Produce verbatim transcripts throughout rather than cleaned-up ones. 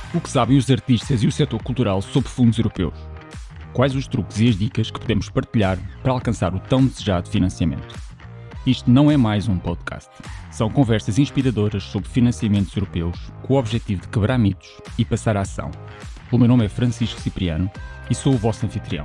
O que sabem os artistas e o setor cultural sobre fundos europeus? Quais os truques e as dicas que podemos partilhar para alcançar o tão desejado financiamento? Isto não é mais um podcast. São conversas inspiradoras sobre financiamentos europeus com o objetivo de quebrar mitos e passar à ação. O meu nome é Francisco Cipriano e sou o vosso anfitrião.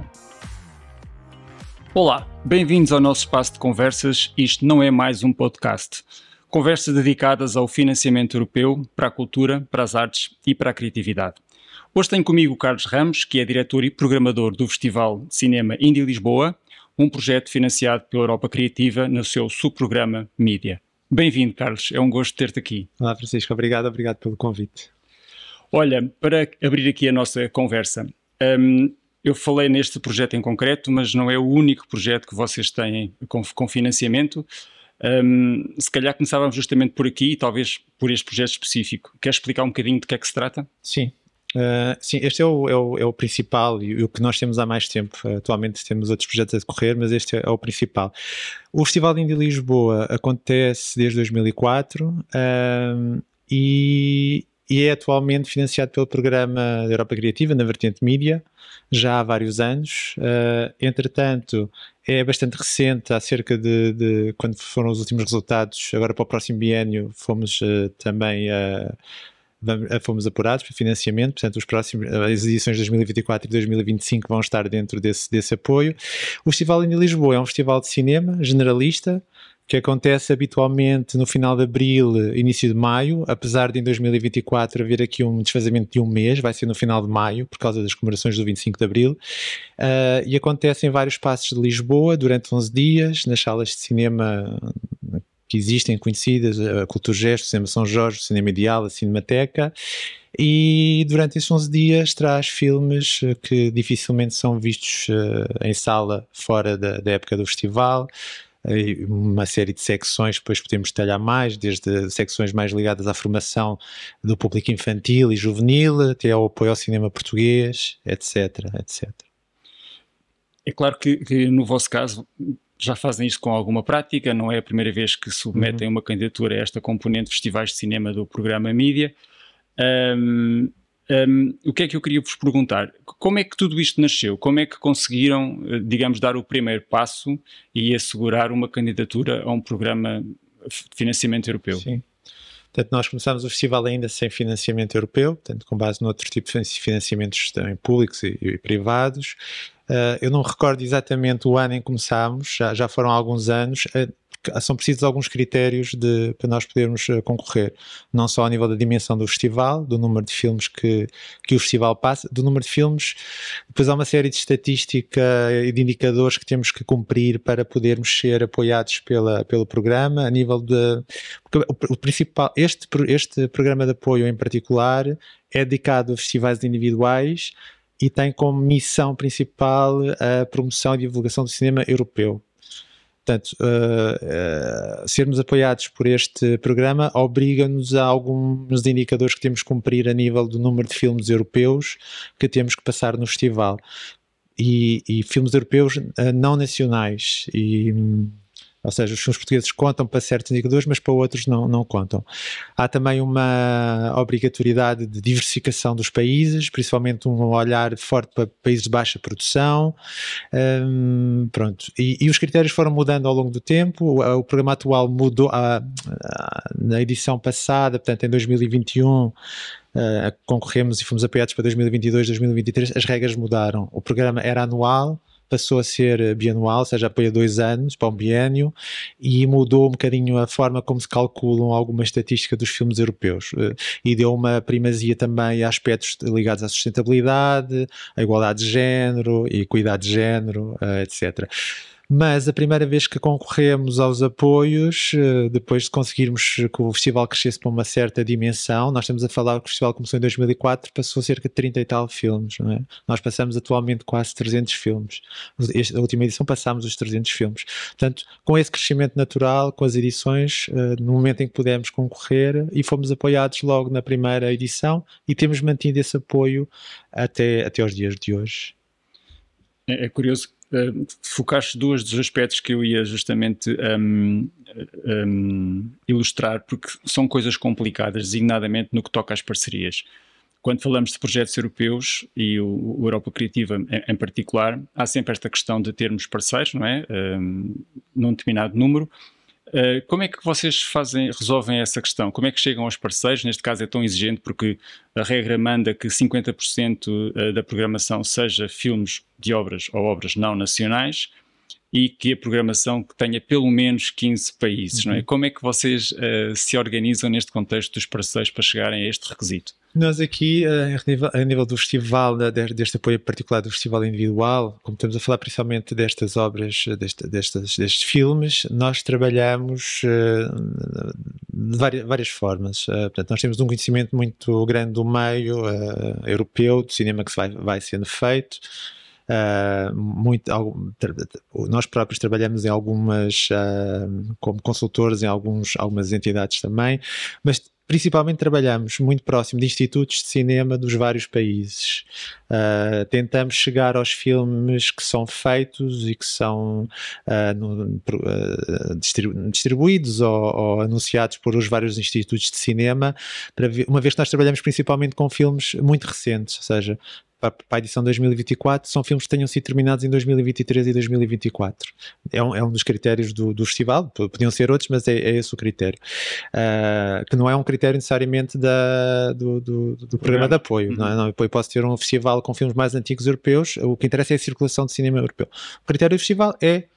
Olá, bem-vindos ao nosso espaço de conversas. Isto não é mais um podcast. Conversas dedicadas ao financiamento europeu para a cultura, para as artes e para a criatividade. Hoje tenho comigo o Carlos Ramos, que é diretor e programador do Festival de Cinema Indie Lisboa, um projeto financiado pela Europa Criativa no seu subprograma Mídia. Bem-vindo, Carlos, é um gosto ter-te aqui. Olá, Francisco, obrigado, obrigado pelo convite. Olha, para abrir aqui a nossa conversa, um, eu falei neste projeto em concreto, mas não é o único projeto que vocês têm com, com financiamento. Um, se calhar começávamos justamente por aqui e talvez por este projeto específico. Queres explicar um bocadinho de que é que se trata? Sim, uh, sim este é o, é, o, é o principal e o que nós temos há mais tempo. Uh, atualmente temos outros projetos a decorrer, mas este é, é o principal. O Festival de Indie Lisboa acontece desde dois mil e quatro uh, e, e é atualmente financiado pelo programa da Europa Criativa, na vertente Mídia, já há vários anos. Uh, entretanto, é bastante recente, há cerca de, de quando foram os últimos resultados, agora para o próximo biénio fomos uh, também uh, vamos, uh, fomos apurados para financiamento, portanto os próximos, as edições de dois mil e vinte e quatro e dois mil e vinte e cinco vão estar dentro desse, desse apoio. O Festival de Lisboa é um festival de cinema generalista, que acontece habitualmente no final de abril, início de maio, apesar de em dois mil e vinte e quatro haver aqui um desfazamento de um mês, vai ser no final de maio, por causa das comemorações do vinte e cinco de abril, uh, e acontece em vários espaços de Lisboa, durante onze dias, nas salas de cinema que existem, conhecidas, a Culturgesto, o Cinema São Jorge, o Cinema Ideal, a Cinemateca, e durante esses onze dias traz filmes que dificilmente são vistos uh, em sala fora da, da época do festival, uma série de secções, depois podemos detalhar mais, desde secções mais ligadas à formação do público infantil e juvenil, até ao apoio ao cinema português, etc, etcétera. É claro que, que no vosso caso já fazem isto com alguma prática, não é a primeira vez que submetem uhum. uma candidatura a esta componente de festivais de cinema do programa Mídia. Um, Um, o que é que eu queria vos perguntar? Como é que tudo isto nasceu? Como é que conseguiram, digamos, dar o primeiro passo e assegurar uma candidatura a um programa de financiamento europeu? Sim. Portanto, nós começámos o festival ainda sem financiamento europeu, portanto, com base noutro tipo de financiamentos também públicos e, e privados. Uh, eu não recordo exatamente o ano em que começámos, já, já foram alguns anos. Uh, São precisos alguns critérios de, para nós podermos uh, concorrer, não só ao nível da dimensão do festival, do número de filmes que, que o festival passa, do número de filmes, depois há uma série de estatística e de indicadores que temos que cumprir para podermos ser apoiados pela, pelo programa, a nível de... Porque o, o principal, este, este programa de apoio em particular é dedicado a festivais individuais e tem como missão principal a promoção e divulgação do cinema europeu. Portanto, uh, uh, sermos apoiados por este programa obriga-nos a alguns indicadores que temos que cumprir a nível do número de filmes europeus que temos que passar no festival. E, e filmes europeus uh, não nacionais. E, ou seja, os filmes portugueses contam para certos indicadores, mas para outros não, não contam. Há também uma obrigatoriedade de diversificação dos países, principalmente um olhar forte para países de baixa produção. Um, pronto. E, e os critérios foram mudando ao longo do tempo. O, o programa atual mudou a, a, na edição passada, portanto em dois mil e vinte e um, uh, concorremos e fomos apoiados para dois mil e vinte e dois, dois mil e vinte e três, as regras mudaram. O programa era anual, passou a ser bianual, ou seja, apoia dois anos para um biénio, e mudou um bocadinho a forma como se calculam alguma estatística dos filmes europeus, e deu uma primazia também a aspectos ligados à sustentabilidade, à igualdade de género, equidade de género, etcétera. Mas a primeira vez que concorremos aos apoios, depois de conseguirmos que o festival crescesse para uma certa dimensão, nós estamos a falar que o festival começou em dois mil e quatro, passou cerca de trinta e tal filmes, não é? Nós passamos atualmente quase trezentos filmes. Esta, a última edição passámos os trezentos filmes. Portanto, com esse crescimento natural, com as edições, no momento em que pudemos concorrer, e fomos apoiados logo na primeira edição e temos mantido esse apoio até, até aos dias de hoje. É, é curioso. Uh, focaste dois dos aspectos que eu ia justamente um, um, ilustrar, porque são coisas complicadas, designadamente no que toca às parcerias. quando falamos de projetos europeus e o, o Europa Criativa em, em particular, há sempre esta questão de termos parceiros, não é? Um, num determinado número. Uh, como é que vocês fazem, resolvem essa questão? Como é que chegam aos parceiros? Neste caso é tão exigente porque a regra manda que cinquenta por cento da programação seja filmes de obras ou obras não nacionais e que a programação que tenha pelo menos quinze países, uhum. não é? Como é que vocês uh, se organizam neste contexto dos parceiros para chegarem a este requisito? Nós aqui, a nível, a nível do festival, deste apoio particular do festival individual, como estamos a falar principalmente destas obras, deste, destes, destes filmes, nós trabalhamos uh, de várias, várias formas. Uh, portanto, nós temos um conhecimento muito grande do meio uh, europeu, do cinema que vai, vai sendo feito. Uh, muito, algum, nós próprios trabalhamos em algumas, uh, como consultores em alguns, algumas entidades também, mas principalmente trabalhamos muito próximo de institutos de cinema dos vários países. Uh, tentamos chegar aos filmes que são feitos e que são uh, no, uh, distribu- distribuídos ou, ou anunciados por os vários institutos de cinema, para ver, uma vez que nós trabalhamos principalmente com filmes muito recentes, ou seja, para a edição dois mil e vinte e quatro, são filmes que tenham sido terminados em dois mil e vinte e três e dois mil e vinte e quatro. É um, é um dos critérios do, do festival, podiam ser outros, mas é, é esse o critério. Uh, que não é um critério necessariamente da, do, do, do programa de apoio. Uhum. Não é? Não, eu posso ter um festival com filmes mais antigos europeus, o que interessa é a circulação de cinema europeu. O critério do festival é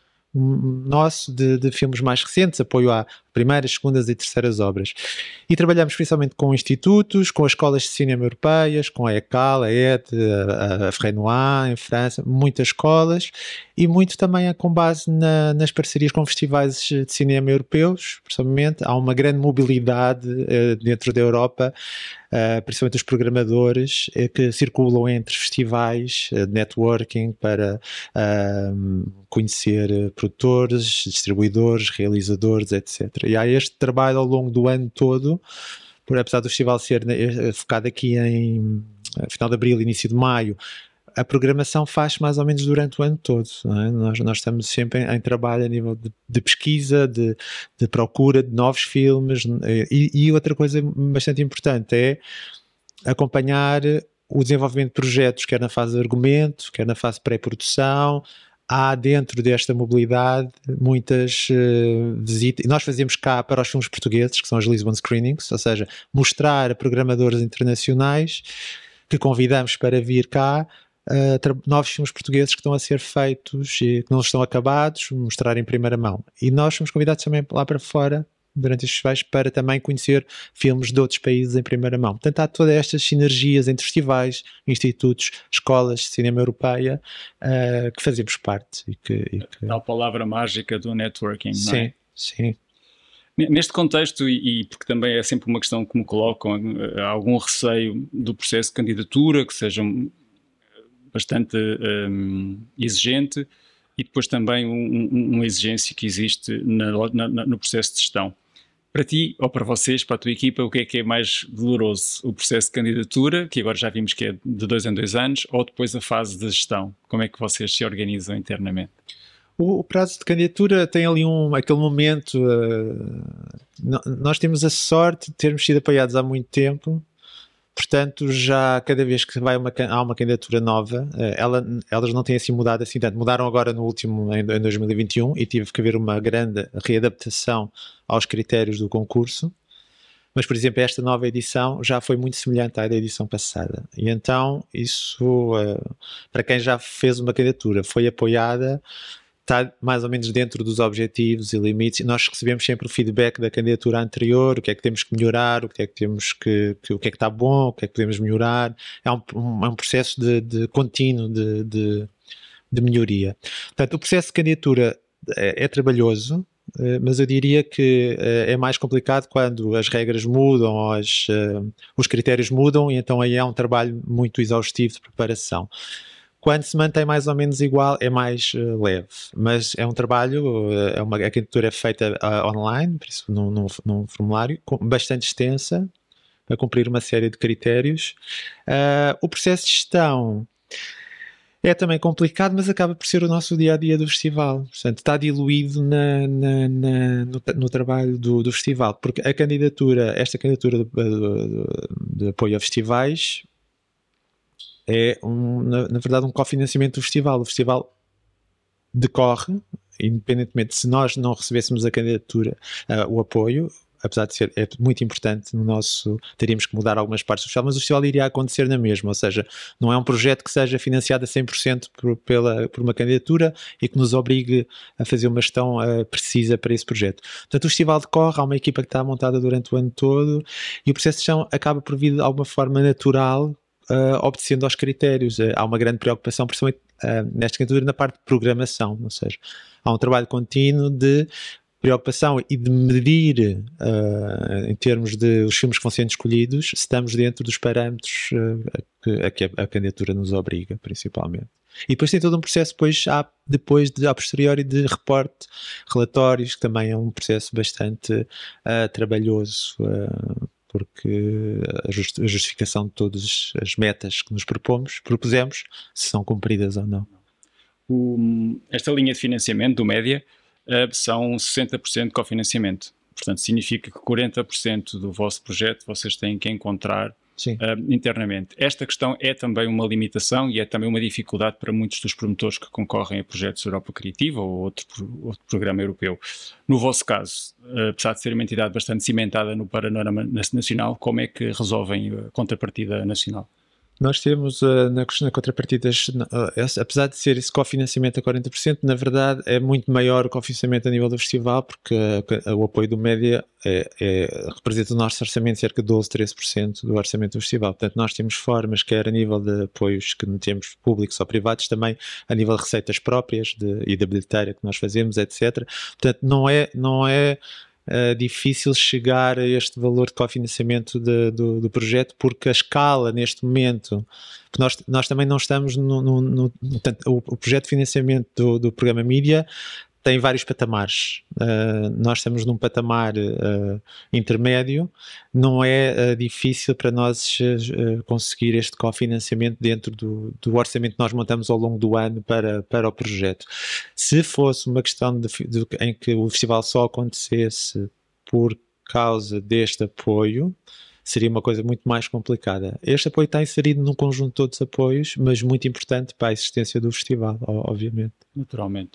nosso de, de filmes mais recentes, apoio a primeiras, segundas e terceiras obras. E trabalhamos principalmente com institutos, com as escolas de cinema europeias, com a ECAL, a E T, a, a Fresnois, em França, muitas escolas, e muito também com base na, nas parcerias com festivais de cinema europeus, principalmente. Há uma grande mobilidade uh, dentro da Europa, uh, principalmente os programadores uh, que circulam entre festivais, uh, networking, para uh, conhecer uh, produtores, distribuidores, realizadores, etcétera. E há este trabalho ao longo do ano todo, por, apesar do festival ser uh, focado aqui em uh, final de abril, início de maio, a programação faz mais ou menos durante o ano todo. Não é? nós, nós estamos sempre em, em trabalho a nível de, de pesquisa, de, de procura de novos filmes, e, e outra coisa bastante importante é acompanhar o desenvolvimento de projetos, quer na fase de argumento, quer na fase de pré-produção. Há dentro desta mobilidade muitas uh, visitas. Nós fazemos cá para os filmes portugueses, que são as Lisbon Screenings, ou seja, mostrar a programadores internacionais que convidamos para vir cá uh, tra- novos filmes portugueses que estão a ser feitos e que não estão acabados, mostrar em primeira mão. E nós somos convidados também lá para fora, durante estes festivais, para também conhecer filmes de outros países em primeira mão. Portanto, há todas estas sinergias entre festivais, institutos, escolas de cinema europeia, uh, que fazemos parte. E que, e que... A palavra mágica do networking, sim, não é? Sim, sim. Neste contexto, e, e porque também é sempre uma questão que me colocam, há algum receio do processo de candidatura, que seja bastante um, exigente, e depois também um, uma exigência que existe na, na, no processo de gestão. Para ti, ou para vocês, para a tua equipa, o que é que é mais doloroso? O processo de candidatura, que agora já vimos que é de dois em dois anos, ou depois a fase de gestão? Como é que vocês se organizam internamente? O, o prazo de candidatura tem ali um, aquele momento... Uh, no, nós temos a sorte de termos sido apoiados há muito tempo. Portanto, já cada vez que vai uma, há uma candidatura nova, ela, elas não têm assim mudado assim tanto. Mudaram agora no último, em, em dois mil e vinte e um, e tive que haver uma grande readaptação aos critérios do concurso. Mas, por exemplo, esta nova edição já foi muito semelhante à da edição passada. E então, isso, para quem já fez uma candidatura, foi apoiada, está mais ou menos dentro dos objetivos e limites. Nós recebemos sempre o feedback da candidatura anterior, o que é que temos que melhorar, o que é que temos que, que o que é que está bom, o que é que podemos melhorar. É um, um, é um processo de, de contínuo de, de, de melhoria. Portanto, o processo de candidatura é, é trabalhoso, mas eu diria que é mais complicado quando as regras mudam, as, os critérios mudam, e então aí é um trabalho muito exaustivo de preparação. Quando se mantém mais ou menos igual, é mais uh, leve. Mas é um trabalho, uh, é uma, a candidatura é feita uh, online, por isso num, num, num formulário, com, bastante extensa, para cumprir uma série de critérios. Uh, o processo de gestão é também complicado, mas acaba por ser o nosso dia-a-dia do festival. Portanto, está diluído na, na, na, no, no trabalho do, do festival. Porque a candidatura, esta candidatura de, de, de apoio a festivais, é, um, na, na verdade, um cofinanciamento do festival. O festival decorre, independentemente se nós não recebêssemos a candidatura, uh, o apoio, apesar de ser é muito importante no nosso, teríamos que mudar algumas partes do festival, mas o festival iria acontecer na mesma, ou seja, não é um projeto que seja financiado a cem por cento por, pela, por uma candidatura e que nos obrigue a fazer uma gestão uh, precisa para esse projeto. Portanto, o festival decorre, há uma equipa que está montada durante o ano todo e o processo de gestão acaba por vir de alguma forma natural, uh, obedecendo aos critérios. Uh, há uma grande preocupação, principalmente uh, nesta candidatura, na parte de programação, ou seja, há um trabalho contínuo de preocupação e de medir uh, em termos de os filmes que vão sendo escolhidos, se estamos dentro dos parâmetros uh, a, que, a que a, a candidatura nos obriga, principalmente. E depois tem todo um processo depois, há, depois de, a posteriori de reporte, relatórios, que também é um processo bastante uh, trabalhoso, uh, porque a, just, a justificação de todas as metas que nos propomos, propusemos, se são cumpridas ou não. O, esta linha de financiamento do Média uh, são sessenta por cento de cofinanciamento. Portanto, significa que quarenta por cento do vosso projeto vocês têm que encontrar uh, internamente. Esta questão é também uma limitação e é também uma dificuldade para muitos dos promotores que concorrem a projetos Europa Criativa ou outro, outro programa europeu. No vosso caso, uh, apesar de ser uma entidade bastante cimentada no panorama nacional, como é que resolvem a contrapartida nacional? Nós temos uh, na, na contrapartidas, uh, esse, apesar de ser esse cofinanciamento a quarenta por cento, na verdade é muito maior o cofinanciamento a nível do festival, porque uh, o apoio do Média é, é, representa o nosso orçamento cerca de doze, treze por cento do orçamento do festival. Portanto, nós temos formas, quer a nível de apoios que não temos públicos ou privados, também a nível de receitas próprias de, e da bilheteira que nós fazemos, etcétera. Portanto, não é... Não é Uh, difícil chegar a este valor de cofinanciamento de, do, do projeto, porque a escala neste momento, que nós, nós também não estamos no, no, no portanto, o, o projeto de financiamento do, do programa Mídia tem vários patamares. Uh, nós estamos num patamar uh, intermédio, não é uh, difícil para nós uh, conseguir este cofinanciamento dentro do, do orçamento que nós montamos ao longo do ano para, para o projeto. Se fosse uma questão de, de, em que o festival só acontecesse por causa deste apoio, seria uma coisa muito mais complicada. Este apoio está inserido num conjunto de outros apoios, mas muito importante para a existência do festival, obviamente. Naturalmente.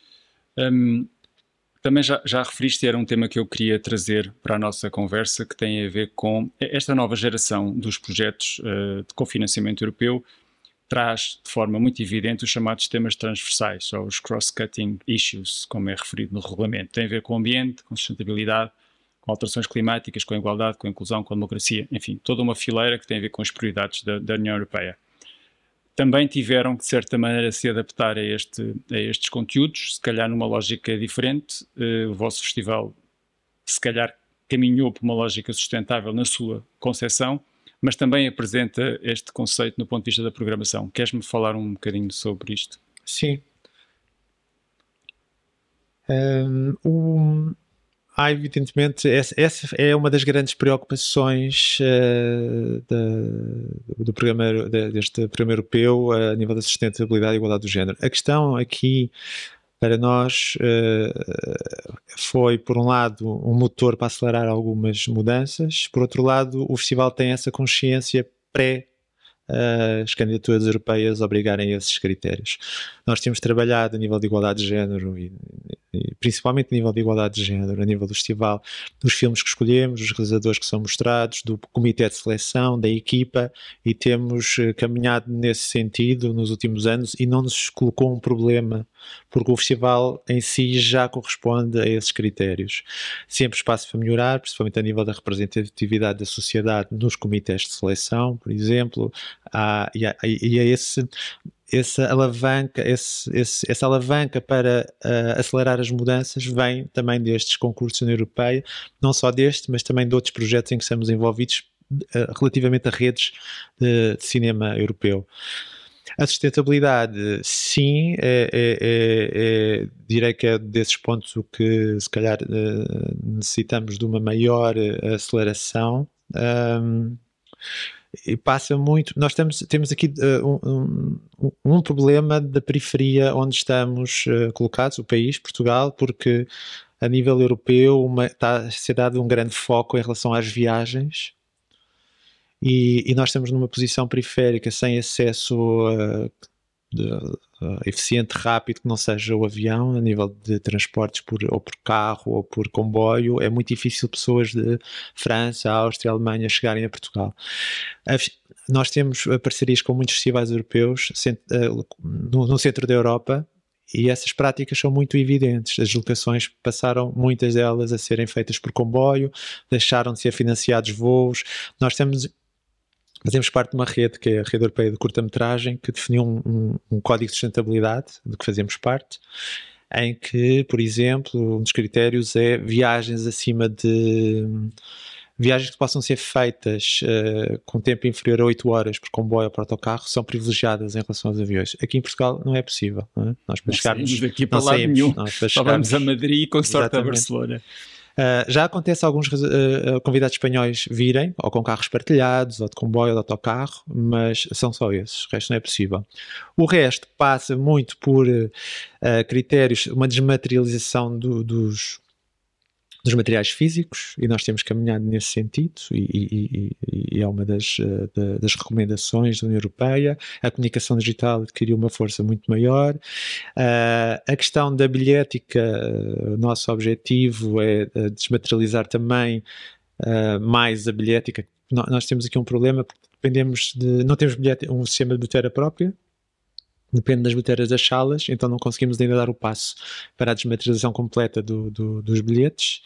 Um, também já, já referiste, era um tema que eu queria trazer para a nossa conversa, que tem a ver com esta nova geração dos projetos uh, de cofinanciamento europeu, traz de forma muito evidente os chamados temas transversais, ou os cross-cutting issues, como é referido no regulamento. Tem a ver com o ambiente, com sustentabilidade, com alterações climáticas, com a igualdade, com a inclusão, com a democracia, enfim, toda uma fileira que tem a ver com as prioridades da, da União Europeia. Também tiveram que, de certa maneira, se adaptar a, este, a estes conteúdos, se calhar numa lógica diferente. Uh, o vosso festival, se calhar, caminhou por uma lógica sustentável na sua concepção, mas também apresenta este conceito no ponto de vista da programação. Queres-me falar um bocadinho sobre isto? Sim. Um, um... Há, evidentemente, essa, essa é uma das grandes preocupações uh, da, do programa, deste programa europeu uh, a nível da sustentabilidade e igualdade do género. A questão aqui, para nós, uh, foi, por um lado, um motor para acelerar algumas mudanças, por outro lado, o festival tem essa consciência pré- as candidaturas europeias obrigarem a esses critérios. Nós temos trabalhado a nível de igualdade de género e, e principalmente a nível de igualdade de género, a nível do festival, dos filmes que escolhemos, dos realizadores que são mostrados, do comitê de seleção, da equipa, e temos caminhado nesse sentido nos últimos anos e não nos colocou um problema, porque o festival em si já corresponde a esses critérios. Sempre espaço para melhorar, principalmente a nível da representatividade da sociedade nos comitês de seleção, por exemplo, há, e, há, e é esse, essa alavanca, esse, esse, essa alavanca para uh, acelerar as mudanças vem também destes concursos na Europeia, não só deste, mas também de outros projetos em que estamos envolvidos uh, relativamente a redes de, de cinema europeu. A sustentabilidade, sim, é, é, é, é, direi que é desses pontos o que se calhar necessitamos de uma maior aceleração. Um, e passa muito, nós temos, temos aqui uh, um, um, um problema da periferia onde estamos uh, colocados, o país, Portugal, porque a nível europeu uma, está a ser dado um grande foco em relação às viagens. e, e nós estamos numa posição periférica sem acesso uh, de, uh, eficiente, rápido, que não seja o avião, a nível de transportes por, ou por carro ou por comboio. É muito difícil pessoas de França, Áustria, Alemanha chegarem a Portugal. Nós temos parcerias com muitos festivais europeus no, no centro da Europa, e essas práticas são muito evidentes. As locações passaram, muitas delas, a serem feitas por comboio, deixaram de ser financiados voos. Nós temos, fazemos parte de uma rede, que é a Rede Europeia de Curta-Metragem, que definiu um, um, um código de sustentabilidade, de que fazemos parte, em que, por exemplo, um dos critérios é viagens acima de... Viagens que possam ser feitas uh, com tempo inferior a oito horas por comboio ou por autocarro são privilegiadas em relação aos aviões. Aqui em Portugal não é possível. Não é? Nós para não chegarmos saímos daqui para lado nenhum. Nós para chegarmos, vamos a Madrid e com sorte a Barcelona. Uh, já acontece alguns uh, convidados espanhóis virem, ou com carros partilhados, ou de comboio, ou de autocarro, mas são só esses, o resto não é possível. O resto passa muito por uh, critérios, uma desmaterialização do, dos... dos materiais físicos, e nós temos caminhado nesse sentido, e, e, e, e é uma das, uh, das recomendações da União Europeia. A comunicação digital adquiriu uma força muito maior. Uh, a questão da bilhética, uh, o nosso objetivo é uh, desmaterializar também uh, mais a bilhética. No, nós temos aqui um problema, porque dependemos de, não temos bilhete, um sistema de bilheteira própria, depende das bilheteiras das salas, então não conseguimos ainda dar o passo para a desmaterialização completa do, do, dos bilhetes,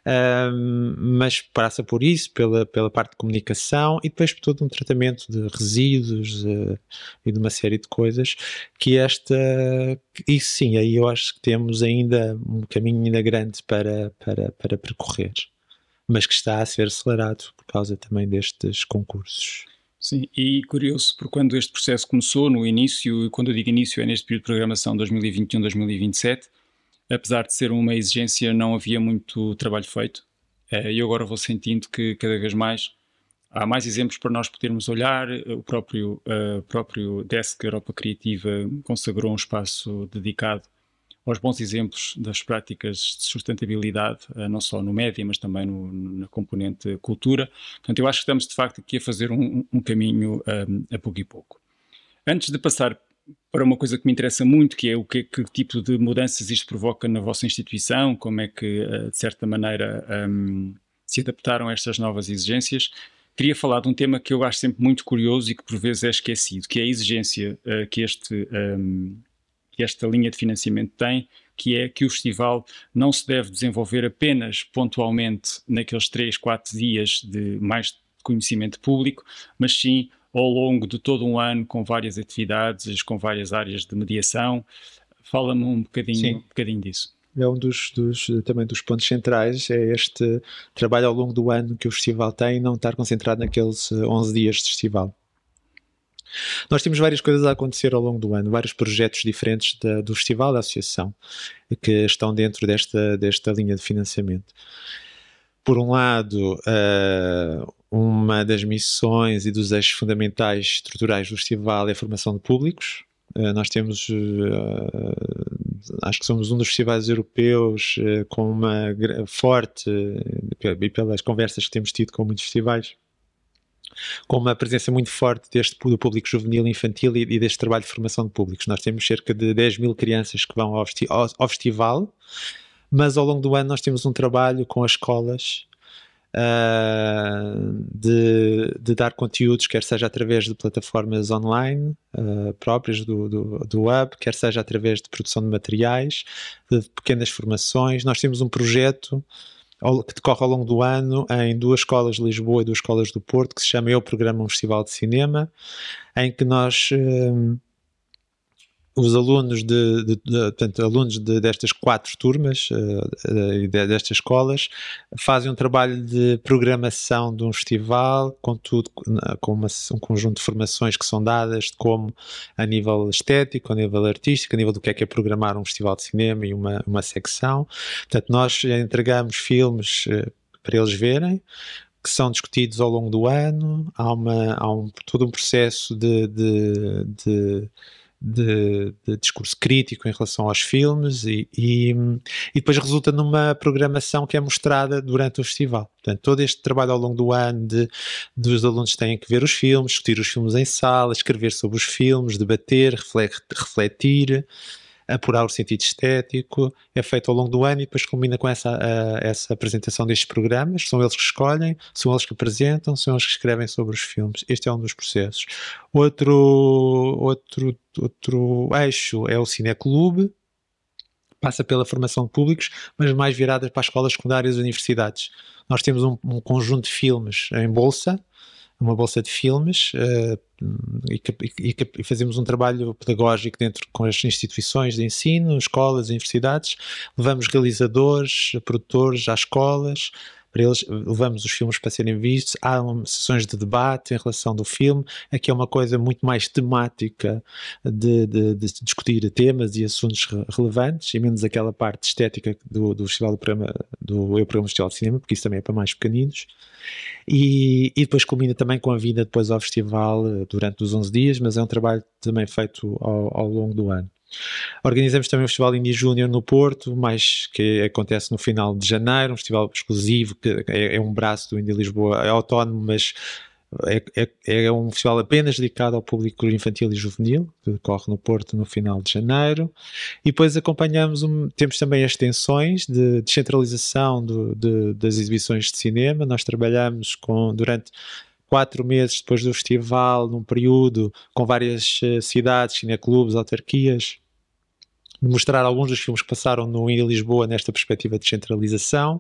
um, mas passa por isso, pela, pela parte de comunicação, e depois por todo um tratamento de resíduos uh, e de uma série de coisas, que esta, isso sim, aí eu acho que temos ainda um caminho ainda grande para, para, para percorrer, mas que está a ser acelerado por causa também destes concursos. Sim, e curioso, porque quando este processo começou, no início, e quando eu digo início é neste período de programação dois mil e vinte e um a dois mil e vinte e sete, apesar de ser uma exigência, não havia muito trabalho feito, e agora vou sentindo que cada vez mais há mais exemplos para nós podermos olhar. O próprio, uh, próprio Desk Europa Criativa consagrou um espaço dedicado aos bons exemplos das práticas de sustentabilidade, não só no média, mas também no, na componente cultura. Portanto, eu acho que estamos, de facto, aqui a fazer um, um caminho um, a pouco e pouco. Antes de passar para uma coisa que me interessa muito, que é o que, que tipo de mudanças isto provoca na vossa instituição, como é que, de certa maneira, um, se adaptaram a estas novas exigências, queria falar de um tema que eu acho sempre muito curioso e que, por vezes, é esquecido, que é a exigência uh, que este... Um, que esta linha de financiamento tem, que é que o festival não se deve desenvolver apenas pontualmente naqueles três, quatro dias de mais conhecimento público, mas sim ao longo de todo um ano, com várias atividades, com várias áreas de mediação. Fala-me um bocadinho, um bocadinho disso. É um dos, dos, também dos pontos centrais, é este trabalho ao longo do ano que o festival tem, e não estar concentrado naqueles onze dias de festival. Nós temos várias coisas a acontecer ao longo do ano, vários projetos diferentes da, do festival, da associação, que estão dentro desta, desta linha de financiamento. Por um lado, uh, uma das missões e dos eixos fundamentais estruturais do festival é a formação de públicos. Uh, nós temos, uh, acho que somos um dos festivais europeus uh, com uma forte, uh, e pelas conversas que temos tido com muitos festivais, com uma presença muito forte deste do público juvenil e infantil e, e deste trabalho de formação de públicos. Nós temos cerca de dez mil crianças que vão ao, festi ao, ao festival, mas ao longo do ano nós temos um trabalho com as escolas uh, de, de dar conteúdos, quer seja através de plataformas online uh, próprias do, do, do Hub, quer seja através de produção de materiais, de pequenas formações. Nós temos um projeto que decorre ao longo do ano em duas escolas de Lisboa e duas escolas do Porto, que se chama Eu Programa um Festival de Cinema, em que nós, um, os alunos, de, de, de, portanto, alunos de, destas quatro turmas uh, de, destas escolas fazem um trabalho de programação de um festival, com tudo, com uma, um conjunto de formações que são dadas, como a nível estético, a nível artístico, a nível do que é que é programar um festival de cinema e uma, uma secção. Portanto, nós entregamos filmes uh, para eles verem, que são discutidos ao longo do ano. Há, uma, há um, todo um processo de, de, de de, de discurso crítico em relação aos filmes e, e, e depois resulta numa programação que é mostrada durante o festival. Portanto, todo este trabalho ao longo do ano de, dos alunos têm que ver os filmes, discutir os filmes em sala, escrever sobre os filmes, debater, refletir, apurar o sentido estético, é feito ao longo do ano e depois combina com essa, a, essa apresentação destes programas. São eles que escolhem, são eles que apresentam, são eles que escrevem sobre os filmes. Este é um dos processos. Outro, outro, outro eixo é o Cineclube, passa pela formação de públicos, mas mais virada para as escolas secundárias e universidades. Nós temos um, um conjunto de filmes em bolsa, uma bolsa de filmes, uh, e, e, e fazemos um trabalho pedagógico dentro com as instituições de ensino, escolas, universidades, levamos realizadores, produtores às escolas, para eles levamos os filmes para serem vistos, há um, sessões de debate em relação do filme, aqui é uma coisa muito mais temática de, de, de discutir temas e assuntos re relevantes, e menos aquela parte estética do, do Festival do Programa, do Eu Programa Festival de Cinema, porque isso também é para mais pequeninos. E, e depois culmina também com a vinda depois ao festival durante os onze dias, mas é um trabalho também feito ao, ao longo do ano. Organizamos também o Festival Indie Júnior no Porto, mais que acontece no final de janeiro, um festival exclusivo, que é, é um braço do Indie Lisboa, é autónomo, mas é, é, é um festival apenas dedicado ao público infantil e juvenil, que decorre no Porto no final de janeiro. E depois acompanhamos, um, temos também as extensões de descentralização do, de, das exibições de cinema. Nós trabalhamos com, durante quatro meses depois do festival, num período com várias uh, cidades, cineclubes, autarquias, de mostrar alguns dos filmes que passaram no Indie Lisboa nesta perspectiva de descentralização.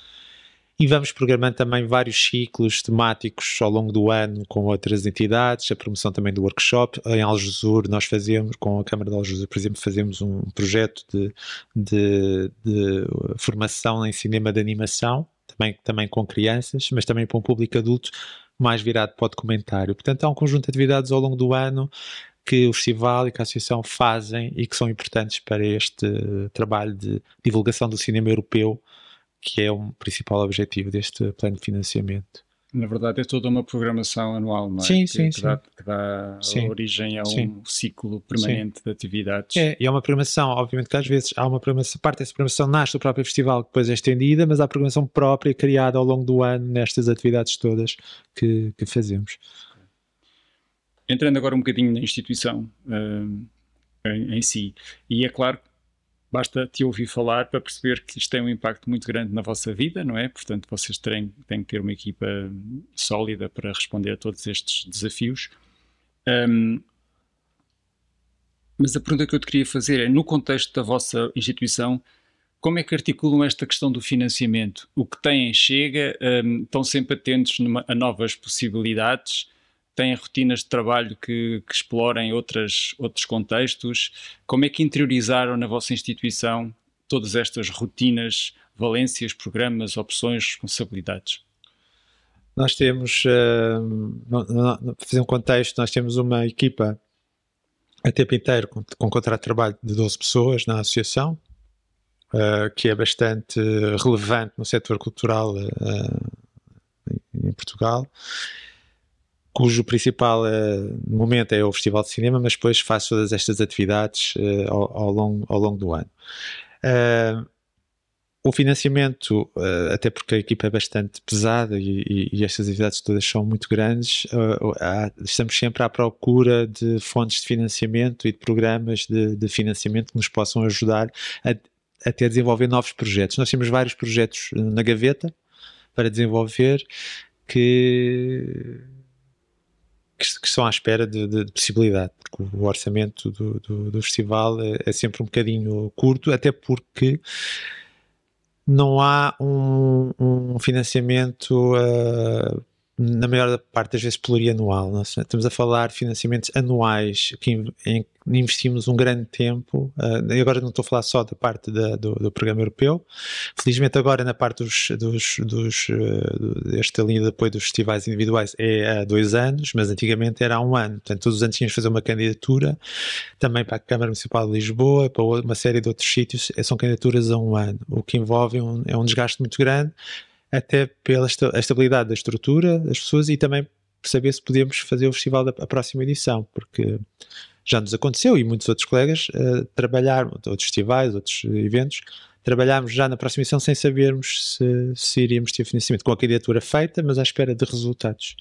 E vamos programando também vários ciclos temáticos ao longo do ano com outras entidades, a promoção também do workshop. Em Algesur nós fazemos, com a Câmara de Algesur, por exemplo, fazemos um projeto de, de, de formação em cinema de animação, também, também com crianças, mas também para um público adulto mais virado para o documentário. Portanto, há um conjunto de atividades ao longo do ano que o festival e que a associação fazem e que são importantes para este trabalho de divulgação do cinema europeu, que é um principal objetivo deste plano de financiamento. Na verdade é toda uma programação anual, não é? Sim, que, sim, que sim. Dá, que dá sim. origem a um sim. ciclo permanente sim. de atividades. É, e é uma programação, obviamente que às vezes há uma programação, parte dessa programação nasce do próprio festival, que depois é estendida, mas há programação própria criada ao longo do ano nestas atividades todas que, que fazemos. Entrando agora um bocadinho na instituição uh, em, em si, e é claro, basta te ouvir falar para perceber que isto tem um impacto muito grande na vossa vida, não é? Portanto, vocês têm, têm que ter uma equipa sólida para responder a todos estes desafios. Um, mas a pergunta que eu te queria fazer é, no contexto da vossa instituição, como é que articulam esta questão do financiamento? O que têm chega? Um, estão sempre atentos numa, a novas possibilidades? Têm rotinas de trabalho que, que explorem outras, outros contextos? Como é que interiorizaram na vossa instituição todas estas rotinas, valências, programas, opções, responsabilidades? Nós temos, uh, para fazer um contexto, nós temos uma equipa a tempo inteiro com, com contrato de trabalho de doze pessoas na associação, uh, que é bastante relevante no setor cultural uh, em Portugal, cujo principal uh, momento é o Festival de Cinema, mas depois faz todas estas atividades uh, ao, ao, longo, ao longo do ano. Uh, o financiamento, uh, até porque a equipa é bastante pesada e, e, e estas atividades todas são muito grandes, uh, há, estamos sempre à procura de fontes de financiamento e de programas de, de financiamento que nos possam ajudar a, até desenvolver novos projetos. Nós temos vários projetos na gaveta para desenvolver que... que estão à espera de, de, de possibilidade, porque o orçamento do, do, do festival é, é sempre um bocadinho curto, até porque não há um, um financiamento uh, na maior parte das vezes plurianual. Nós estamos a falar de financiamentos anuais que, em que investimos um grande tempo, uh, e agora não estou a falar só da parte da, do, do programa europeu, felizmente agora na parte dos, dos, dos uh, esta linha de apoio dos festivais individuais é há dois anos, mas antigamente era há um ano, portanto todos os anos tínhamos de fazer uma candidatura também para a Câmara Municipal de Lisboa, para uma série de outros sítios, são candidaturas a um ano, o que envolve um, é um desgaste muito grande, até pela estabilidade da estrutura das pessoas e também saber se podemos fazer o festival da a próxima edição, porque já nos aconteceu, e muitos outros colegas uh, trabalharam, outros festivais, outros eventos, trabalhámos já na próxima edição sem sabermos se, se iríamos ter financiamento, com a candidatura feita, mas à espera de resultados.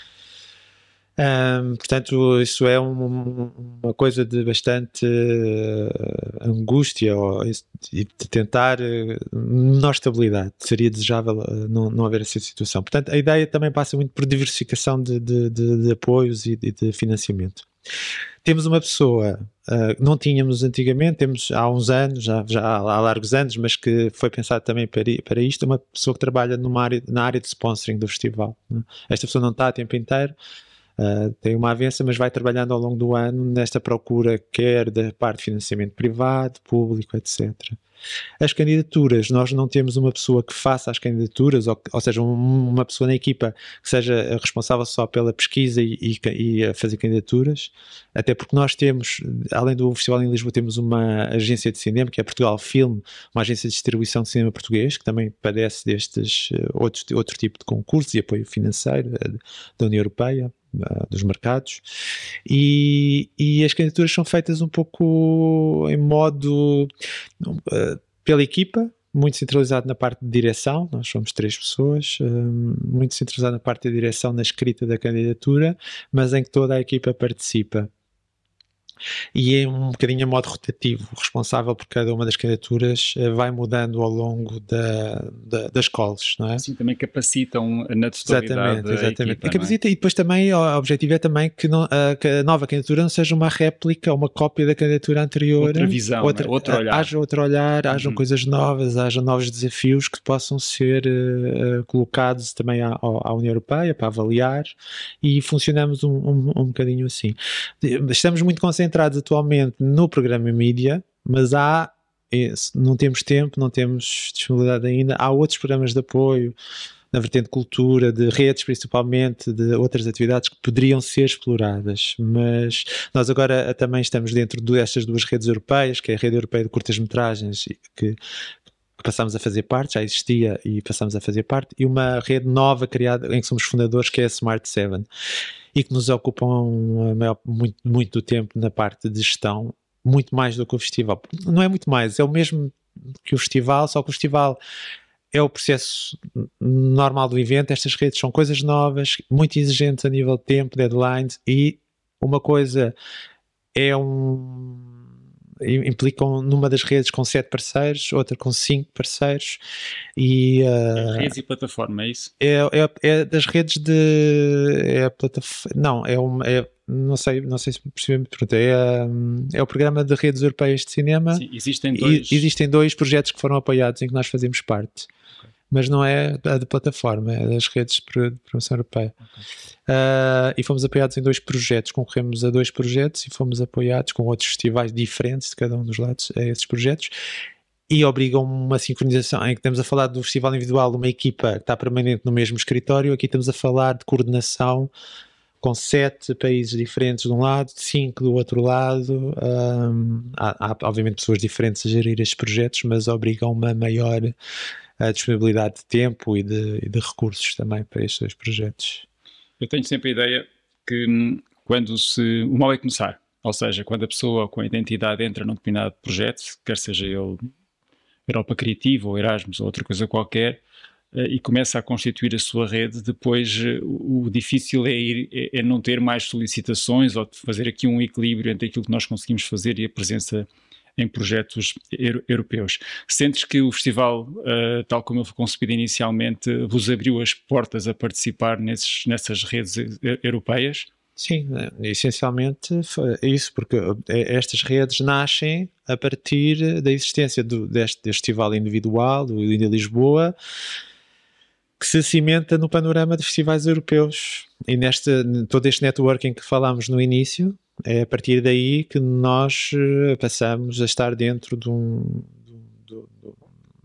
Um, portanto, isso é um, uma coisa de bastante uh, angústia ou, e de tentar uh, menor estabilidade. Seria desejável uh, não, não haver essa situação. Portanto, a ideia também passa muito por diversificação de, de, de, de apoios e de, de financiamento. Temos uma pessoa, uh, não tínhamos antigamente, temos há uns anos, já, já há largos anos, mas que foi pensado também para, para isto, uma pessoa que trabalha numa área, na área de sponsoring do festival. Né? Esta pessoa não está a tempo inteiro, Uh, tem uma avança, mas vai trabalhando ao longo do ano nesta procura, quer da parte de financiamento privado, público, etcétera. As candidaturas, nós não temos uma pessoa que faça as candidaturas, ou, ou seja, um, uma pessoa na equipa que seja responsável só pela pesquisa e, e, e a fazer candidaturas, até porque nós temos, além do Festival em Lisboa, temos uma agência de cinema, que é Portugal Film, uma agência de distribuição de cinema português, que também padece destes uh, outros, outro tipo de concursos e apoio financeiro uh, da União Europeia, dos mercados, e, e as candidaturas são feitas um pouco em modo uh, pela equipa, muito centralizado na parte de direção, nós somos três pessoas, um, muito centralizado na parte de direção, na escrita da candidatura, mas em que toda a equipa participa. E é um bocadinho a modo rotativo, responsável por cada uma das candidaturas vai mudando ao longo da, da, das calls, não é? Sim, também capacitam na totalidade exatamente, exatamente. Equipa, capacita, é? E depois também o objetivo é também que, não, a, que a nova candidatura não seja uma réplica ou uma cópia da candidatura anterior. Outra visão, outra, outra, outro olhar. Haja outro olhar, uhum. hajam coisas novas, haja novos desafios que possam ser uh, colocados também à, à União Europeia para avaliar, e funcionamos um, um, um bocadinho assim. Estamos muito concentrados concentrados atualmente no programa mídia, mas há, não temos tempo, não temos disponibilidade ainda, há outros programas de apoio na vertente de cultura, de redes principalmente, de outras atividades que poderiam ser exploradas, mas nós agora também estamos dentro destas duas redes europeias, que é a Rede Europeia de Curtas-Metragens, que passámos a fazer parte, já existia e passámos a fazer parte, e uma rede nova criada em que somos fundadores, que é a Smart Seven, e que nos ocupam a maior, muito, muito do tempo na parte de gestão, muito mais do que o festival. Não é muito mais, é o mesmo que o festival, só que o festival é o processo normal do evento. Estas redes são coisas novas, muito exigentes a nível de tempo, deadlines, e uma coisa é um... implicam numa das redes com sete parceiros, outra com cinco parceiros, e uh, redes e plataforma, é isso? É, é, é das redes de é a plataforma, não, é uma é, não sei, não sei se percebi me pergunta, é, é o programa de redes europeias de cinema. Sim, existem dois e, existem dois projetos que foram apoiados em que nós fazemos parte. Okay. Mas não é a de plataforma, é das redes de promoção europeia. Okay. Uh, e fomos apoiados em dois projetos, concorremos a dois projetos e fomos apoiados com outros festivais diferentes de cada um dos lados a esses projetos, e obrigam uma sincronização em que estamos a falar do festival individual de uma equipa que está permanente no mesmo escritório. Aqui estamos a falar de coordenação com sete países diferentes de um lado, cinco do outro lado. Um, há, há obviamente pessoas diferentes a gerir estes projetos, mas obrigam uma maior uh, disponibilidade de tempo e de, e de recursos também para estes dois projetos. Eu tenho sempre a ideia que hum, quando se, o mal é começar, ou seja, quando a pessoa com a identidade entra num determinado projeto, quer seja ele Europa Criativa ou Erasmus ou outra coisa qualquer, uh, e começa a constituir a sua rede, depois uh, o difícil é, ir, é, é não ter mais solicitações, ou fazer aqui um equilíbrio entre aquilo que nós conseguimos fazer e a presença em projetos europeus. Sentes que o festival, uh, tal como ele foi concebido inicialmente, vos abriu as portas a participar nesses, nessas redes europeias? Sim, essencialmente é isso, porque estas redes nascem a partir da existência do, deste, deste festival individual, do Indie Lisboa, que se cimenta no panorama de festivais europeus. E neste, todo este networking que falámos no início, é a partir daí que nós passamos a estar dentro de um, do, do,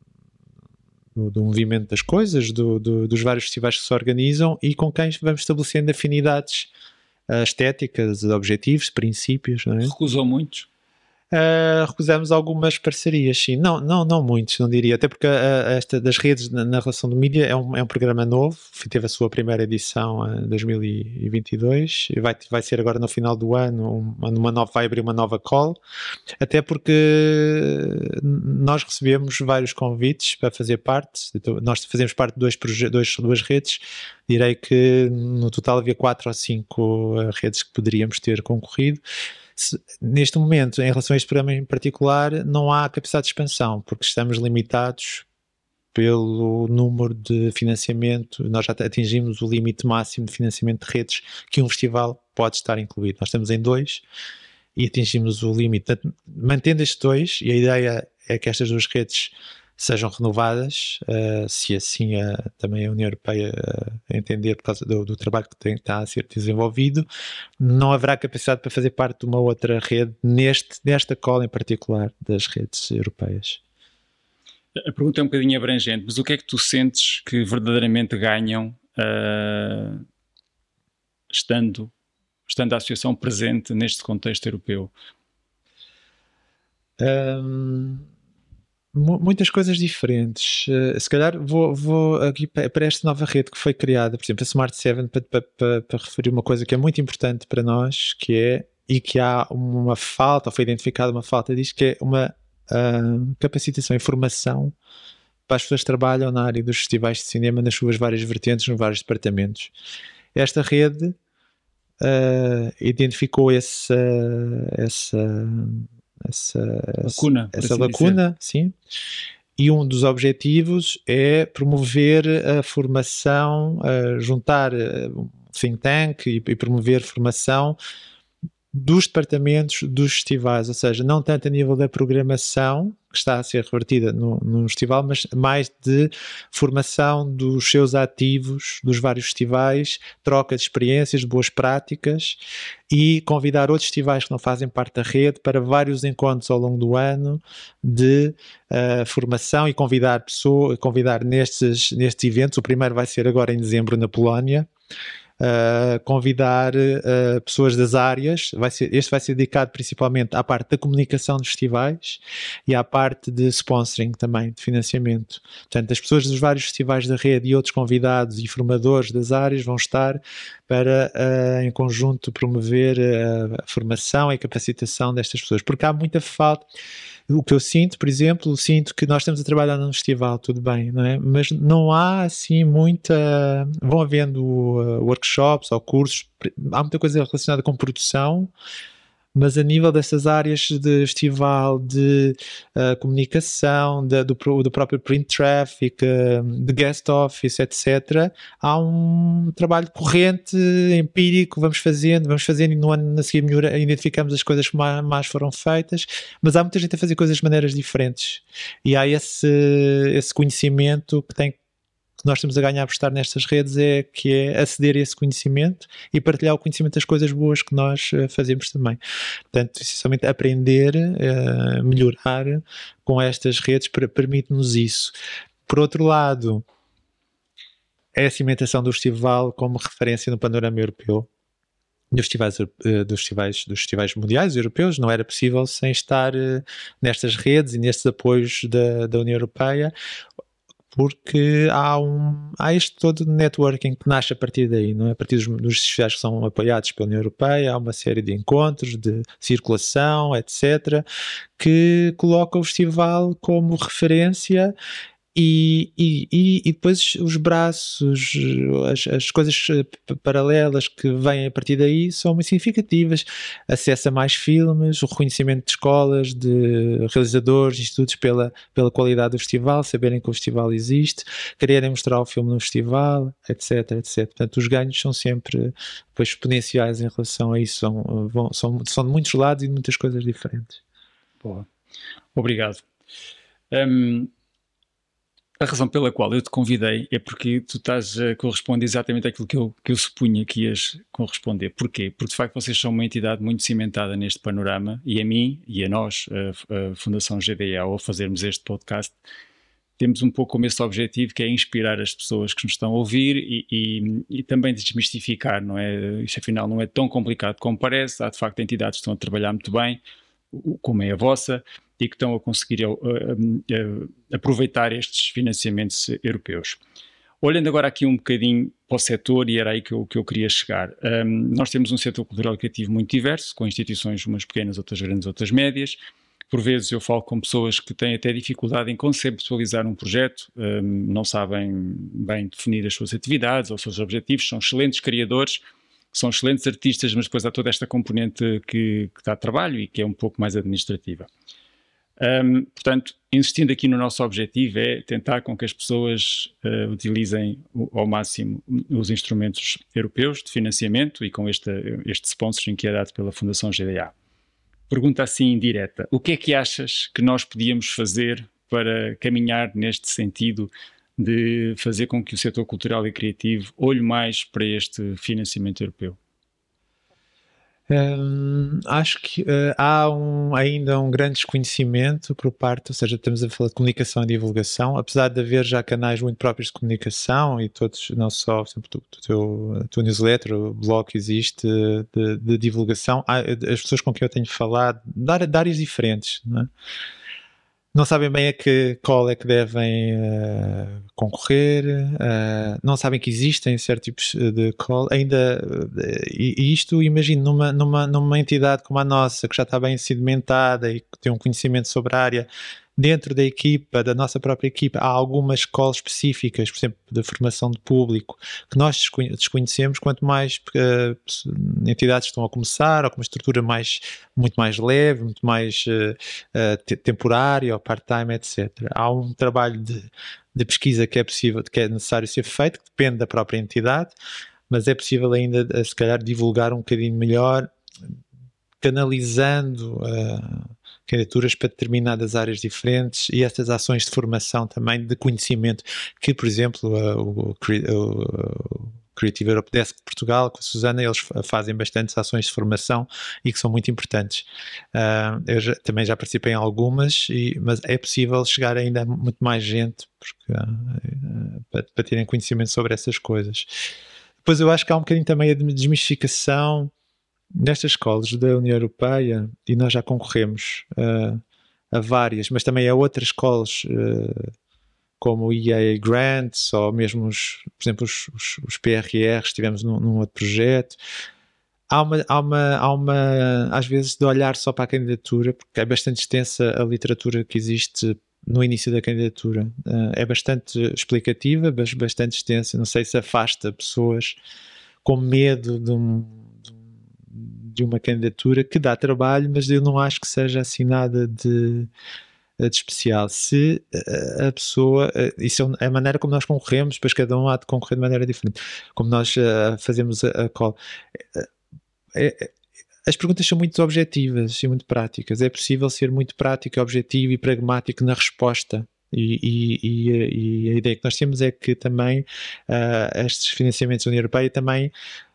do, do movimento das coisas, do, do, dos vários festivais que se organizam e com quem vamos estabelecendo afinidades estéticas, objetivos, princípios. Não é? Recusou muitos? Uh, recusamos algumas parcerias, sim. Não, não, não muitos, não diria. Até porque a, a esta das redes na, na relação de mídia é um, é um programa novo. Teve a sua primeira edição em dois mil e vinte e dois e vai, vai ser agora no final do ano uma, uma nova, vai abrir uma nova call. Até porque nós recebemos vários convites para fazer parte. Nós fazemos parte de dois, dois, duas redes. Direi que no total havia quatro ou cinco redes que poderíamos ter concorrido. Neste momento, em relação a este programa em particular, não há capacidade de expansão, porque estamos limitados pelo número de financiamento. Nós já atingimos o limite máximo de financiamento de redes que um festival pode estar incluído. Nós estamos em dois e atingimos o limite. Mantendo estes dois, e a ideia é que estas duas redes sejam renovadas, uh, se assim uh, também a União Europeia uh, entender por causa do, do trabalho que tem, está a ser desenvolvido, não haverá capacidade para fazer parte de uma outra rede neste, nesta cola em particular das redes europeias. A pergunta é um bocadinho abrangente, mas o que é que tu sentes que verdadeiramente ganham uh, estando, estando a associação presente neste contexto europeu? Um... Muitas coisas diferentes. Uh, se calhar vou, vou aqui para esta nova rede que foi criada, por exemplo, a Smart sete, para, para, para, para referir uma coisa que é muito importante para nós, que é, e que há uma falta, ou foi identificada uma falta disto, que é uma uh, capacitação e formação para as pessoas que trabalham na área dos festivais de cinema, nas suas várias vertentes, nos vários departamentos. Esta rede uh, identificou esse, essa... essa lacuna, essa lacuna, sim. E um dos objetivos é promover a formação, uh, juntar um think tank e, e promover formação dos departamentos dos festivais, ou seja, não tanto a nível da programação, que está a ser revertida no, no festival, mas mais de formação dos seus ativos, dos vários festivais, troca de experiências, de boas práticas e convidar outros festivais que não fazem parte da rede para vários encontros ao longo do ano de uh, formação e convidar pessoas, convidar nestes, nestes eventos. O primeiro vai ser agora em dezembro na Polónia. Uh, convidar uh, pessoas das áreas. Vai ser, este vai ser dedicado principalmente à parte da comunicação dos festivais e à parte de sponsoring também, de financiamento. Portanto, as pessoas dos vários festivais da rede e outros convidados e formadores das áreas vão estar para, uh, em conjunto, promover a formação e a capacitação destas pessoas, porque há muita falta. O que eu sinto, por exemplo, sinto que nós estamos a trabalhar num festival, tudo bem, não é? Mas não há assim muita... Vão havendo uh, workshops ou cursos, há muita coisa relacionada com produção, mas a nível dessas áreas de festival, de uh, comunicação, de, do, do próprio print traffic, uh, de guest office, etcétera, há um trabalho corrente, empírico, vamos fazendo, vamos fazendo e no ano a seguir melhor, identificamos as coisas que mais, mais foram feitas, mas há muita gente a fazer coisas de maneiras diferentes e há esse, esse conhecimento que tem que nós estamos a ganhar por estar nestas redes é que é aceder a esse conhecimento e partilhar o conhecimento das coisas boas que nós uh, fazemos também. Portanto, essencialmente aprender, uh, melhorar com estas redes permite-nos isso. Por outro lado, é a cimentação do festival como referência no panorama europeu. Dos festivais, uh, dos, festivais, dos festivais mundiais europeus, não era possível sem estar uh, nestas redes e nestes apoios da, da União Europeia, porque há, um, há este todo de networking que nasce a partir daí, não é? A partir dos, dos festivais que são apoiados pela União Europeia, há uma série de encontros, de circulação, etcétera, que coloca o festival como referência. E, e, e depois os braços, as, as coisas paralelas que vêm a partir daí são muito significativas. Acesso a mais filmes, o reconhecimento de escolas, de realizadores, institutos pela, pela qualidade do festival, saberem que o festival existe, quererem mostrar o filme no festival, etc, etcétera. Portanto, os ganhos são sempre depois, exponenciais em relação a isso. São, vão, são, são de muitos lados e de muitas coisas diferentes. Boa. Obrigado. Um... A razão pela qual eu te convidei é porque tu estás a corresponder exatamente àquilo que eu, que eu supunha que ias corresponder. Porquê? Porque de facto vocês são uma entidade muito cimentada neste panorama e a mim e a nós, a, a Fundação G D A, ao fazermos este podcast, temos um pouco como esse objetivo, que é inspirar as pessoas que nos estão a ouvir e, e, e também desmistificar, não é? Isto afinal não é tão complicado como parece, há de facto entidades que estão a trabalhar muito bem, como é a vossa, e que estão a conseguir uh, uh, uh, aproveitar estes financiamentos europeus. Olhando agora aqui um bocadinho para o setor, e era aí que eu, que eu queria chegar, um, nós temos um setor cultural e criativo muito diverso, com instituições umas pequenas, outras grandes, outras médias. Por vezes eu falo com pessoas que têm até dificuldade em conceptualizar um projeto, um, não sabem bem definir as suas atividades ou os seus objetivos, são excelentes criadores, são excelentes artistas, mas depois há toda esta componente que, que dá trabalho e que é um pouco mais administrativa. Um, portanto, insistindo aqui no nosso objetivo é tentar com que as pessoas uh, utilizem o, ao máximo os instrumentos europeus de financiamento e com este, este sponsoring que é dado pela Fundação G D A. Pergunta assim direta: o que é que achas que nós podíamos fazer para caminhar neste sentido de fazer com que o setor cultural e criativo olhe mais para este financiamento europeu? Hum, acho que uh, há um, ainda um grande desconhecimento por parte, ou seja, estamos a falar de comunicação e divulgação, apesar de haver já canais muito próprios de comunicação e todos, não só, por exemplo, o teu, a tua newsletter, o blog que existe de, de divulgação, há, as pessoas com quem eu tenho falado, de, de áreas diferentes, não é? Não sabem bem a que call é que devem uh, concorrer, uh, não sabem que existem certos tipos de call, ainda, uh, e, e isto, imagino, numa, numa, numa entidade como a nossa, que já está bem sedimentada e que tem um conhecimento sobre a área, dentro da equipa, da nossa própria equipa, há algumas calls específicas, por exemplo, da formação de público, que nós desconhecemos, quanto mais uh, entidades estão a começar, ou com uma estrutura mais, muito mais leve, muito mais uh, uh, temporária, ou part-time, etcétera. Há um trabalho de, de pesquisa que é possível, que é necessário ser feito, que depende da própria entidade, mas é possível ainda, se calhar, divulgar um bocadinho melhor, canalizando uh, candidaturas para determinadas áreas diferentes e estas ações de formação também, de conhecimento, que, por exemplo, uh, o, o, o Creative Europe Desk de Portugal, com a Susana, eles fazem bastantes ações de formação e que são muito importantes. Uh, eu já, também já participei em algumas, e, mas é possível chegar ainda a muito mais gente porque, uh, para, para terem conhecimento sobre essas coisas. Depois eu acho que há um bocadinho também a desmistificação nestas escolas da União Europeia, e nós já concorremos uh, a várias, mas também a outras escolas uh, como o E A Grants, ou mesmo, os, por exemplo, os, os, os P R Rs, estivemos num, num outro projeto. Há uma, há, uma, há uma, às vezes, de olhar só para a candidatura, porque é bastante extensa a literatura que existe no início da candidatura. Uh, é bastante explicativa, mas bastante extensa. Não sei se afasta pessoas com medo de um de uma candidatura que dá trabalho, mas eu não acho que seja assim nada de, de especial. Se a pessoa, isso é a maneira como nós concorremos, depois cada um há de concorrer de maneira diferente, como nós uh, fazemos a, a call. É, é, as perguntas são muito objetivas e muito práticas. É possível ser muito prático, objetivo e pragmático na resposta. E, e, e, e a ideia que nós temos é que também uh, estes financiamentos da União Europeia também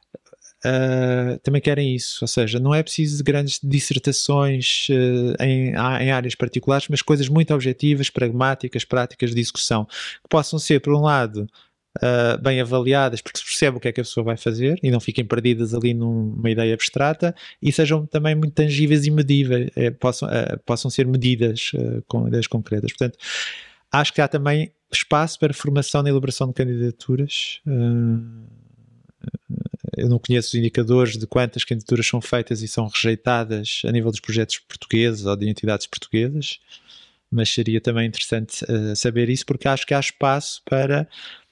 Uh, também querem isso, ou seja, não é preciso de grandes dissertações uh, em, em áreas particulares, mas coisas muito objetivas, pragmáticas, práticas de execução, que possam ser, por um lado, uh, bem avaliadas, porque se percebe o que é que a pessoa vai fazer e não fiquem perdidas ali numa ideia abstrata, e sejam também muito tangíveis e medíveis, eh, possam, uh, possam ser medidas uh, com ideias concretas. Portanto, acho que há também espaço para formação na elaboração de candidaturas. Uh, Eu não conheço os indicadores de quantas candidaturas são feitas e são rejeitadas a nível dos projetos portugueses ou de entidades portuguesas, mas seria também interessante uh, saber isso, porque acho que há espaço para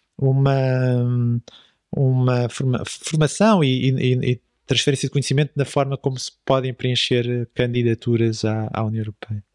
uma, uma forma, formação e, e, e transferência de conhecimento da forma como se podem preencher candidaturas à, à União Europeia.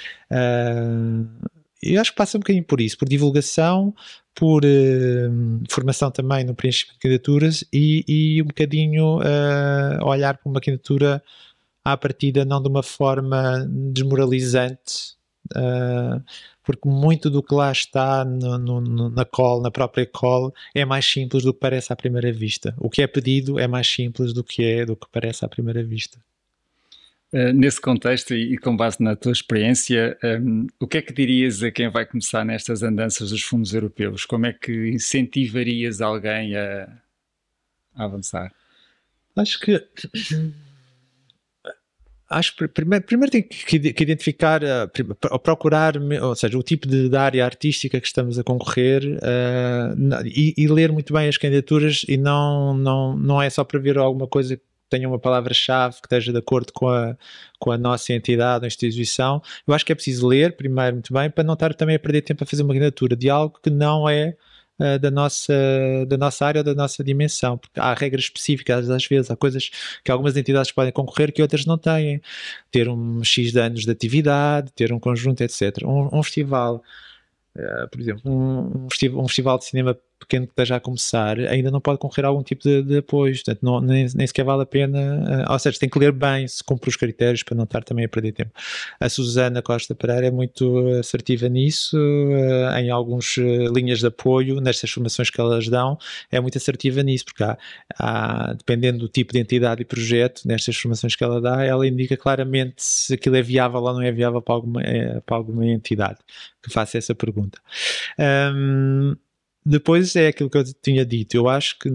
Uh, eu acho que passa um bocadinho por isso, por divulgação, por uh, formação também no preenchimento de candidaturas e, e um bocadinho uh, olhar para uma candidatura à partida não de uma forma desmoralizante, uh, porque muito do que lá está no, no, na call, na própria call, é mais simples do que parece à primeira vista. O que é pedido é mais simples do que é do que parece à primeira vista. Uh, nesse contexto e, e com base na tua experiência, um, o que é que dirias a quem vai começar nestas andanças dos fundos europeus? Como é que incentivarias alguém a, a avançar? Acho que acho que primeiro, primeiro tem que, que identificar, uh, procurar, ou seja, o tipo de, de área artística que estamos a concorrer uh, e, e ler muito bem as candidaturas, e não, não, não é só para ver alguma coisa que tenha uma palavra-chave que esteja de acordo com a, com a nossa entidade ou instituição. Eu acho que é preciso ler primeiro muito bem, para não estar também a perder tempo a fazer uma candidatura de algo que não é Uh, da, nossa, da nossa área ou da nossa dimensão, porque há regras específicas, às vezes há coisas que algumas entidades podem concorrer que outras não têm, ter um X de anos de atividade, ter um conjunto, etcétera. Um, um festival, uh, por exemplo, um, um, festival, um festival de cinema pequeno que esteja a começar, ainda não pode concorrer a algum tipo de, de apoio, portanto não, nem, nem sequer vale a pena, uh, ou seja, tem que ler bem se cumpre os critérios para não estar também a perder tempo. A Susana Costa Pereira é muito assertiva nisso, uh, em algumas uh, linhas de apoio, nestas formações que elas dão, é muito assertiva nisso, porque há, há, dependendo do tipo de entidade e projeto, nestas formações que ela dá, ela indica claramente se aquilo é viável ou não é viável para alguma, é, para alguma entidade que faça essa pergunta. Um, Depois é aquilo que eu tinha dito, eu acho que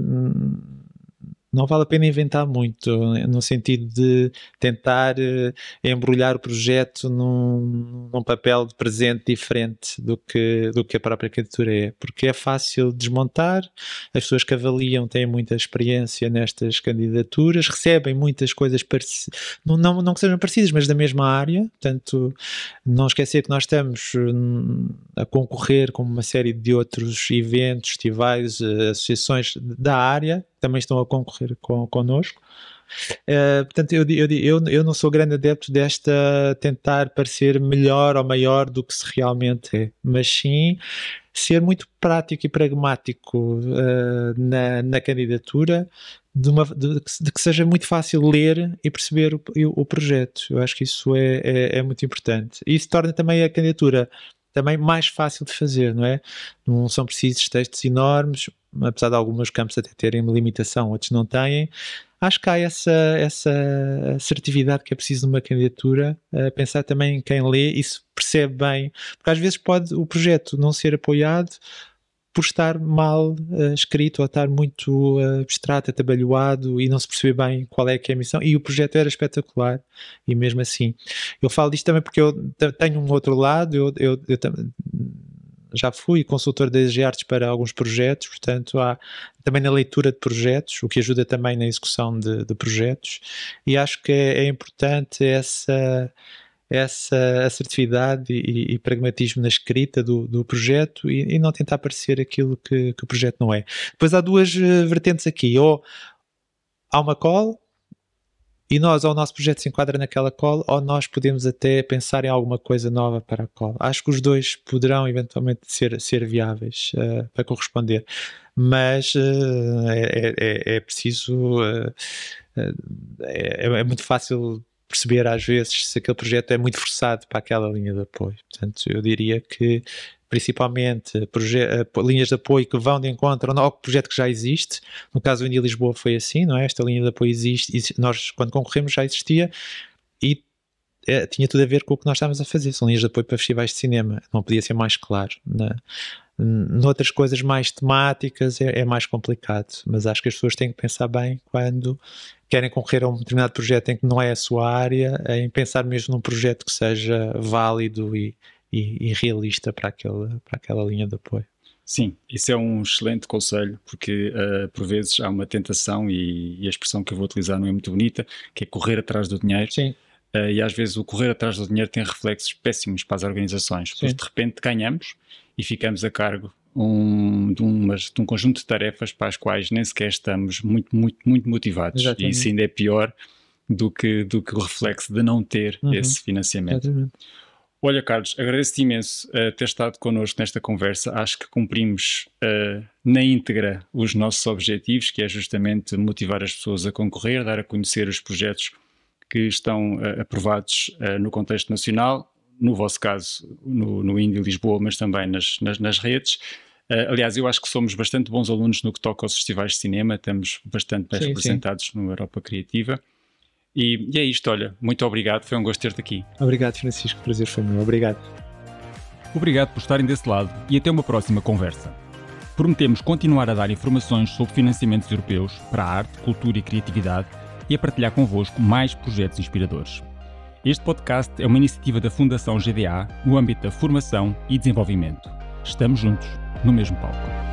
não vale a pena inventar muito, no sentido de tentar uh, embrulhar o projeto num, num papel de presente diferente do que, do que a própria candidatura é, porque é fácil desmontar, as pessoas que avaliam têm muita experiência nestas candidaturas, recebem muitas coisas parecidas, não, não, não que sejam parecidas, mas da mesma área, portanto, não esquecer que nós estamos um, a concorrer com uma série de outros eventos, festivais, associações da área, também estão a concorrer com, connosco. Uh, portanto, eu, eu, eu, eu não sou grande adepto desta tentar parecer melhor ou maior do que se realmente é, mas sim ser muito prático e pragmático uh, na, na candidatura, de, uma, de, de que seja muito fácil ler e perceber o, o projeto. Eu acho que isso é, é, é muito importante. E isso torna também a candidatura também mais fácil de fazer, não é? Não são precisos textos enormes, apesar de alguns campos até terem uma limitação, outros não têm. Acho que há essa, essa assertividade que é preciso numa candidatura, a pensar também em quem lê e se percebe bem, porque às vezes pode o projeto não ser apoiado por estar mal uh, escrito ou estar muito uh, abstrato, atabalhoado e não se perceber bem qual é que é a missão, e o projeto era espetacular e mesmo assim. Eu falo disto também porque eu t- tenho um outro lado, eu, eu, eu t- já fui consultor de D G Artes para alguns projetos, portanto há também na leitura de projetos, o que ajuda também na execução de, de projetos, e acho que é, é importante essa... essa assertividade e, e pragmatismo na escrita do, do projeto e, e não tentar parecer aquilo que, que o projeto não é. Depois há duas uh, vertentes aqui, ou há uma call e nós, ou o nosso projeto se enquadra naquela call, ou nós podemos até pensar em alguma coisa nova para a call. Acho que os dois poderão eventualmente ser, ser viáveis uh, para corresponder, mas uh, é, é, é preciso uh, uh, é, é muito fácil perceber às vezes se aquele projeto é muito forçado para aquela linha de apoio. Portanto, eu diria que principalmente proje- linhas de apoio que vão de encontro ao projeto que já existe. No caso do Indie Lisboa foi assim, não é? Esta linha de apoio existe, e nós quando concorremos já existia e é, tinha tudo a ver com o que nós estávamos a fazer. São linhas de apoio para festivais de cinema, não podia ser mais claro, né? Noutras coisas mais temáticas é, é mais complicado, mas acho que as pessoas têm que pensar bem quando querem concorrer a um determinado projeto em que não é a sua área, em pensar mesmo num projeto que seja válido e, e, e realista para aquela, para aquela linha de apoio. Sim, isso é um excelente conselho, porque uh, por vezes há uma tentação, e, e a expressão que eu vou utilizar não é muito bonita, que é correr atrás do dinheiro. Sim. Uh, e às vezes o correr atrás do dinheiro tem reflexos péssimos para as organizações, porque de repente ganhamos e ficamos a cargo um, de, umas, de um conjunto de tarefas para as quais nem sequer estamos muito, muito, muito motivados. Exatamente. E isso ainda é pior do que, do que o reflexo de não ter uhum. esse financiamento. Exatamente. Olha, Carlos, agradeço-te imenso uh, ter estado connosco nesta conversa. Acho que cumprimos uh, na íntegra os nossos objetivos, que é justamente motivar as pessoas a concorrer, dar a conhecer os projetos que estão uh, aprovados uh, no contexto nacional, no vosso caso no, no Indie Lisboa, mas também nas, nas, nas redes. Uh, aliás, eu acho que somos bastante bons alunos no que toca aos festivais de cinema, estamos bastante bem sim, representados sim. no Europa Criativa. E, e é isto, olha, muito obrigado, foi um gosto ter-te aqui. Obrigado, Francisco, o prazer foi meu, obrigado. Obrigado por estarem desse lado e até uma próxima conversa. Prometemos continuar a dar informações sobre financiamentos europeus para a arte, cultura e criatividade e a partilhar convosco mais projetos inspiradores. Este podcast é uma iniciativa da Fundação G D A no âmbito da formação e desenvolvimento. Estamos juntos, no mesmo palco.